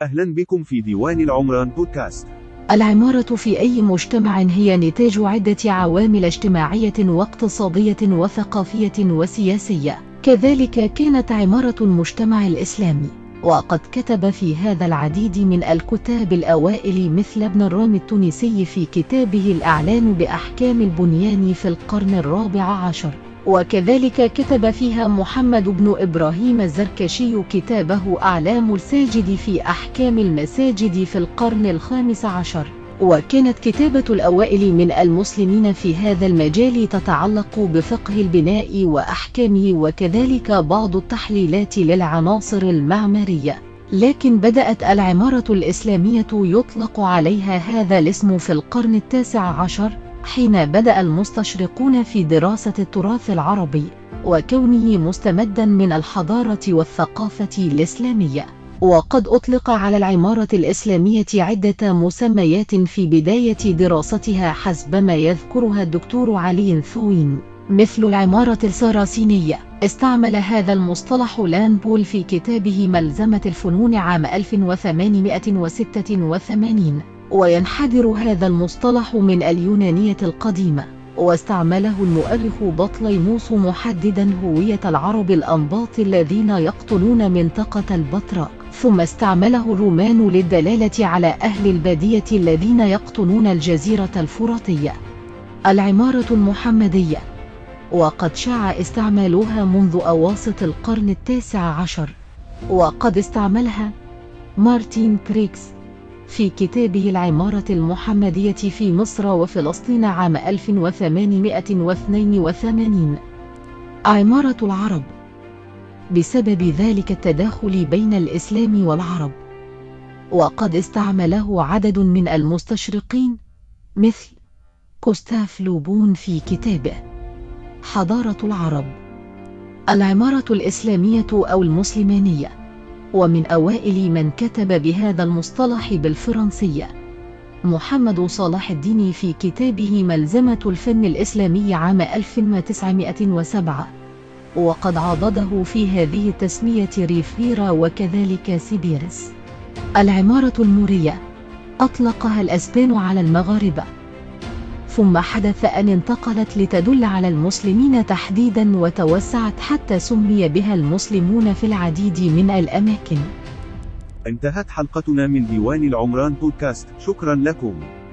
أهلا بكم في ديوان العمران بودكاست. العمارة في أي مجتمع هي نتاج عدة عوامل اجتماعية واقتصادية وثقافية وسياسية. كذلك كانت عمارة المجتمع الإسلامي، وقد كتب في هذا العديد من الكتاب الأوائل مثل ابن الرام التونسي في كتابه الأعلام بأحكام البنيان في القرن الرابع عشر، وكذلك كتب فيها محمد بن إبراهيم الزركشي كتابه أعلام الساجد في أحكام المساجد في القرن الخامس عشر. وكانت كتابة الأوائل من المسلمين في هذا المجال تتعلق بفقه البناء وأحكامه، وكذلك بعض التحليلات للعناصر المعمارية. لكن بدأت العمارة الإسلامية يطلق عليها هذا الاسم في القرن التاسع عشر، حين بدأ المستشرقون في دراسة التراث العربي وكونه مستمدا من الحضارة والثقافة الإسلامية. وقد أطلق على العمارة الإسلامية عدة مسميات في بداية دراستها حسب ما يذكرها الدكتور علي ثوين، مثل العمارة السراسينية. استعمل هذا المصطلح لانبول في كتابه ملزمة الفنون عام 1886، وينحدر هذا المصطلح من اليونانية القديمة، واستعمله المؤرخ بطليموس محددا هوية العرب الأنباط الذين يقطنون منطقة البتراء، ثم استعمله الرومان للدلالة على أهل البادية الذين يقطنون الجزيرة الفراتية. العمارة المحمدية، وقد شاع استعمالها منذ أواسط القرن التاسع عشر، وقد استعملها مارتين بريكس في كتابه العمارة المحمدية في مصر وفلسطين عام 1882. عمارة العرب، بسبب ذلك التداخل بين الإسلام والعرب، وقد استعمله عدد من المستشرقين مثل كوستاف لوبون في كتابه حضارة العرب. العمارة الإسلامية أو المسلمانية، ومن أوائل من كتب بهذا المصطلح بالفرنسية محمد صلاح الدين في كتابه ملزمة الفن الإسلامي عام 1907، وقد عضده في هذه التسمية ريفيرا وكذلك سيبيرس. العمارة المورية أطلقها الأسبان على المغاربة، ثم حدث أن انتقلت لتدل على المسلمين تحديدا، وتوسعت حتى سمي بها المسلمون في العديد من الأماكن. انتهت حلقتنا من ديوان العمران بودكاست، شكرا لكم.